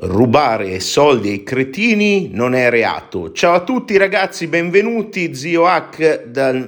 Rubare soldi ai cretini non è reato. Ciao a tutti ragazzi, benvenuti, Zio Hack dal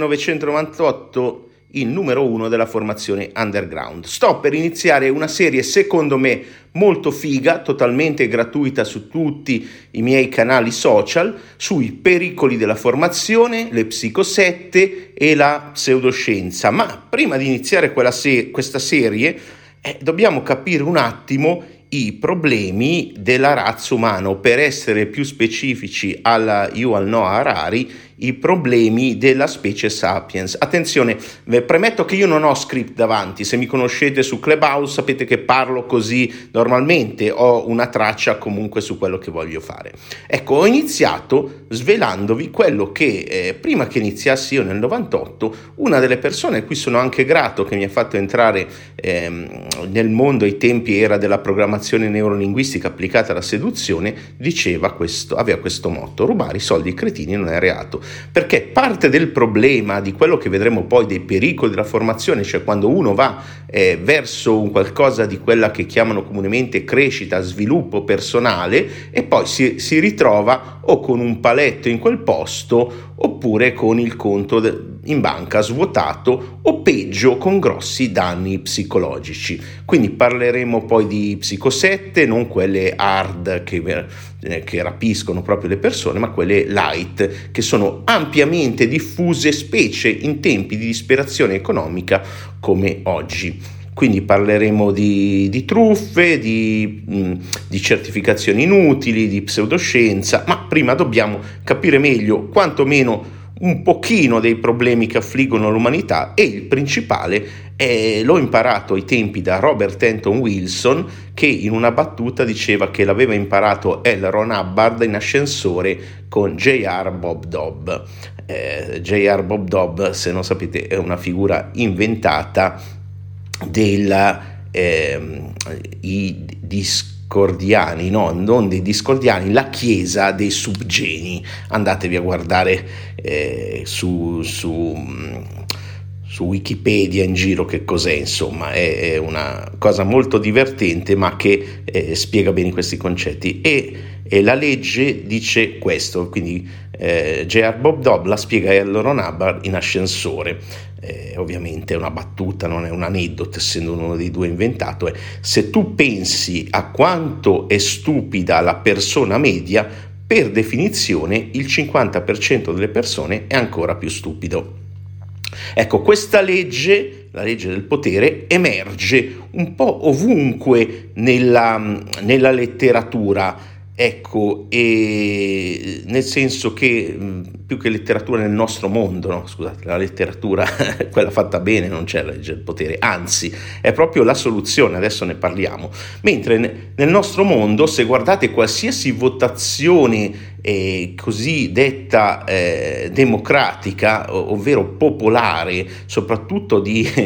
1998, il numero 1 della formazione underground. Sto per iniziare una serie secondo me molto figa, totalmente gratuita su tutti i miei canali social, sui pericoli della formazione, le psicosette e la pseudoscienza. Ma prima di iniziare questa serie dobbiamo capire un attimo i problemi della razza umana, o per essere più specifici alla Yuval Noah Harari, i problemi della specie sapiens. Attenzione, premetto che io non ho script davanti, se mi conoscete su Clubhouse sapete che parlo così normalmente, ho una traccia comunque su quello che voglio fare. Ecco, ho iniziato svelandovi quello che prima che iniziassi io nel 98, una delle persone a cui sono anche grato che mi ha fatto entrare nel mondo ai tempi era della programmazione neurolinguistica applicata alla seduzione, aveva questo motto: rubare i soldi ai cretini non è reato. Perché parte del problema di quello che vedremo poi dei pericoli della formazione, cioè quando uno va verso un qualcosa di quella che chiamano comunemente crescita, sviluppo personale, e poi si ritrova o con un paletto in quel posto oppure con il conto in banca svuotato, o peggio con grossi danni psicologici. Quindi parleremo poi di psicosette, non quelle hard che rapiscono proprio le persone, ma quelle light, che sono ampiamente diffuse, specie in tempi di disperazione economica come oggi. Quindi parleremo di truffe, di certificazioni inutili, di pseudoscienza, ma prima dobbiamo capire meglio quantomeno un pochino dei problemi che affliggono l'umanità, e il principale l'ho imparato ai tempi da Robert Anton Wilson, che in una battuta diceva che l'aveva imparato L. Ron Hubbard in ascensore con J.R. Bob Dobb. J.R. Bob Dobb, se non sapete, è una figura inventata i discordiani, no, non dei discordiani, la chiesa dei subgeni. Andatevi a guardare su Wikipedia in giro che cos'è, insomma, è una cosa molto divertente ma che spiega bene questi concetti, e la legge dice questo, quindi J.R. Bob Dobb la spiega a L. Ron Hubbard in ascensore. Ovviamente è una battuta, non è un aneddoto, essendo uno dei due inventato. Se tu pensi a quanto è stupida la persona media, per definizione il 50% delle persone è ancora più stupido. Ecco, questa legge, la legge del potere, emerge un po' ovunque nella letteratura. Ecco, e nel senso che più che letteratura nel nostro mondo, no? Scusate, la letteratura, quella fatta bene, non c'è la legge del potere, anzi è proprio la soluzione, adesso ne parliamo. Mentre nel nostro mondo, se guardate qualsiasi votazione cosiddetta democratica, ovvero popolare, soprattutto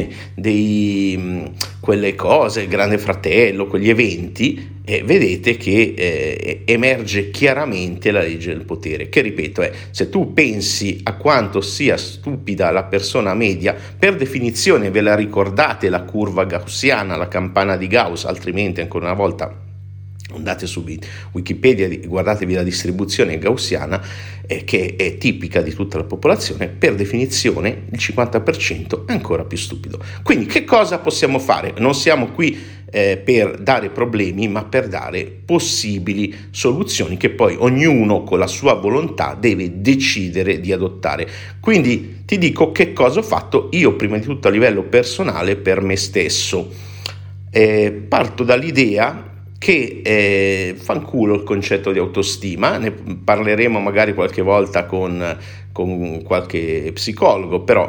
quelle cose, il Grande Fratello, quegli eventi, vedete che emerge chiaramente la legge del potere, che ripeto se tu pensi a quanto sia stupida la persona media, per definizione ve la ricordate la curva gaussiana, la campana di Gauss, altrimenti ancora una volta andate su Wikipedia, guardatevi la distribuzione gaussiana che è tipica di tutta la popolazione. Per definizione il 50% è ancora più stupido. Quindi che cosa possiamo fare? Non siamo qui per dare problemi, ma per dare possibili soluzioni che poi ognuno con la sua volontà deve decidere di adottare. Quindi ti dico che cosa ho fatto io prima di tutto a livello personale per me stesso. Parto dall'idea che fanculo il concetto di autostima, ne parleremo magari qualche volta con qualche psicologo, però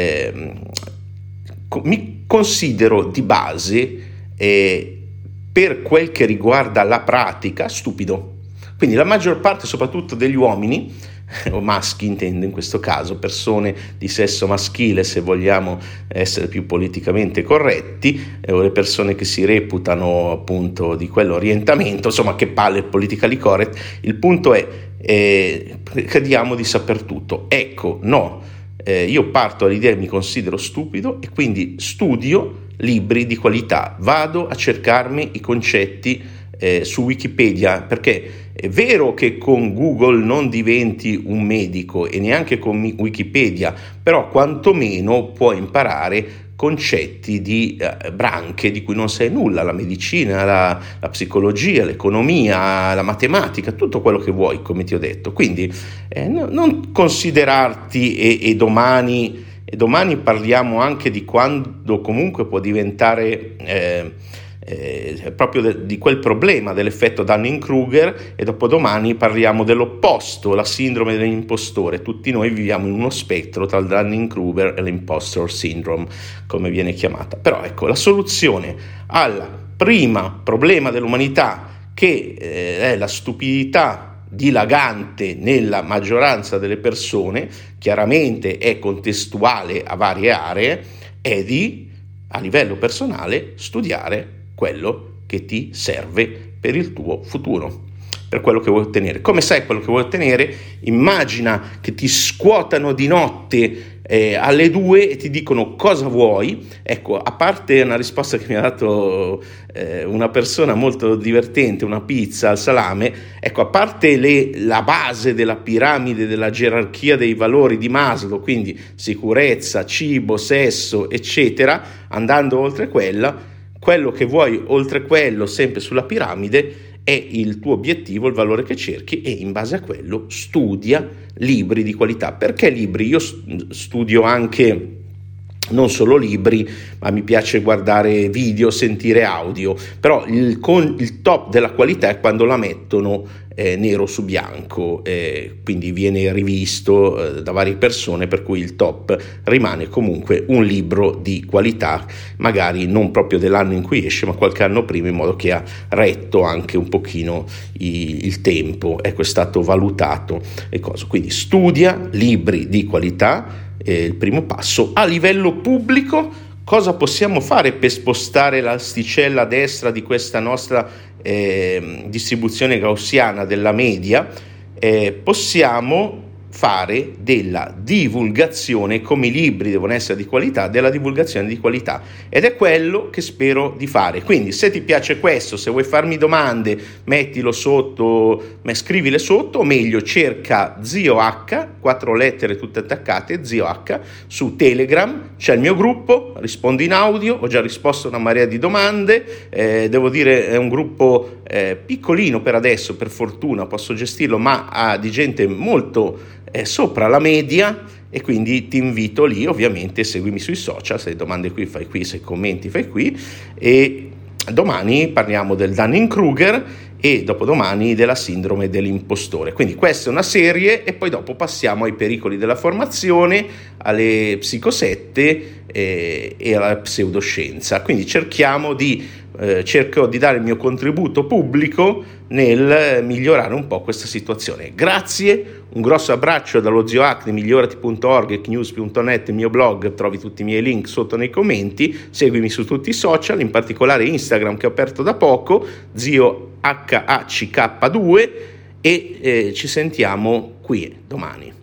mi considero di base, per quel che riguarda la pratica, stupido. Quindi la maggior parte, soprattutto degli uomini, o maschi intendo in questo caso, persone di sesso maschile se vogliamo essere più politicamente corretti, o le persone che si reputano appunto di quell'orientamento, insomma, che palle politically correct. Il punto è crediamo di saper tutto. Ecco, no, io parto dall'idea che mi considero stupido e quindi studio libri di qualità, vado a cercarmi i concetti su Wikipedia, perché è vero che con Google non diventi un medico e neanche con Wikipedia, però quantomeno puoi imparare concetti di branche di cui non sai nulla, la medicina, la psicologia, l'economia, la matematica, tutto quello che vuoi, come ti ho detto. Quindi non considerarti e domani parliamo anche di quando comunque può diventare proprio di quel problema dell'effetto Dunning-Kruger, e dopodomani parliamo dell'opposto, la sindrome dell'impostore. Tutti noi viviamo in uno spettro tra il Dunning-Kruger e l'impostor syndrome, come viene chiamata. Però ecco, la soluzione al primo problema dell'umanità, che è la stupidità dilagante nella maggioranza delle persone, chiaramente è contestuale a varie aree, è di, a livello personale, studiare quello che ti serve per il tuo futuro, per quello che vuoi ottenere. Come sai quello che vuoi ottenere? Immagina che ti scuotano di notte alle 2 e ti dicono cosa vuoi. Ecco, a parte una risposta che mi ha dato una persona molto divertente, una pizza al salame, ecco, a parte la base della piramide della gerarchia dei valori di Maslow, quindi sicurezza, cibo, sesso, eccetera, andando oltre quello che vuoi oltre quello, sempre sulla piramide, è il tuo obiettivo, il valore che cerchi, e in base a quello studia libri di qualità. Perché libri? Io studio anche non solo libri, ma mi piace guardare video, sentire audio, però il top della qualità è quando la mettono nero su bianco, quindi viene rivisto da varie persone, per cui il top rimane comunque un libro di qualità, magari non proprio dell'anno in cui esce, ma qualche anno prima, in modo che ha retto anche un pochino il tempo, ecco, è stato valutato e cosa. Quindi studia libri di qualità. Il primo passo. A livello pubblico, cosa possiamo fare per spostare l'asticella a destra di questa nostra distribuzione gaussiana della media? Possiamo fare della divulgazione, come i libri devono essere di qualità, della divulgazione di qualità, ed è quello che spero di fare. Quindi se ti piace questo, se vuoi farmi domande, mettilo sotto, scrivile sotto, o meglio cerca Zio H, 4 lettere tutte attaccate, Zio H, su Telegram, c'è il mio gruppo, rispondo in audio, ho già risposto a una marea di domande, devo dire è un gruppo piccolino per adesso, per fortuna posso gestirlo, ma ha di gente molto sopra la media, e quindi ti invito lì. Ovviamente seguimi sui social, se hai domande qui fai qui, se commenti fai qui, e domani parliamo del Dunning-Kruger e dopodomani della sindrome dell'impostore. Quindi questa è una serie, e poi dopo passiamo ai pericoli della formazione, alle psicosette e alla pseudoscienza. Quindi cerco di dare il mio contributo pubblico nel migliorare un po' questa situazione. Grazie, un grosso abbraccio dallo Zio H di migliorati.org, knews.net, il mio blog, trovi tutti i miei link sotto nei commenti, seguimi su tutti i social, in particolare Instagram che ho aperto da poco, Zio HACK2, e ci sentiamo qui domani.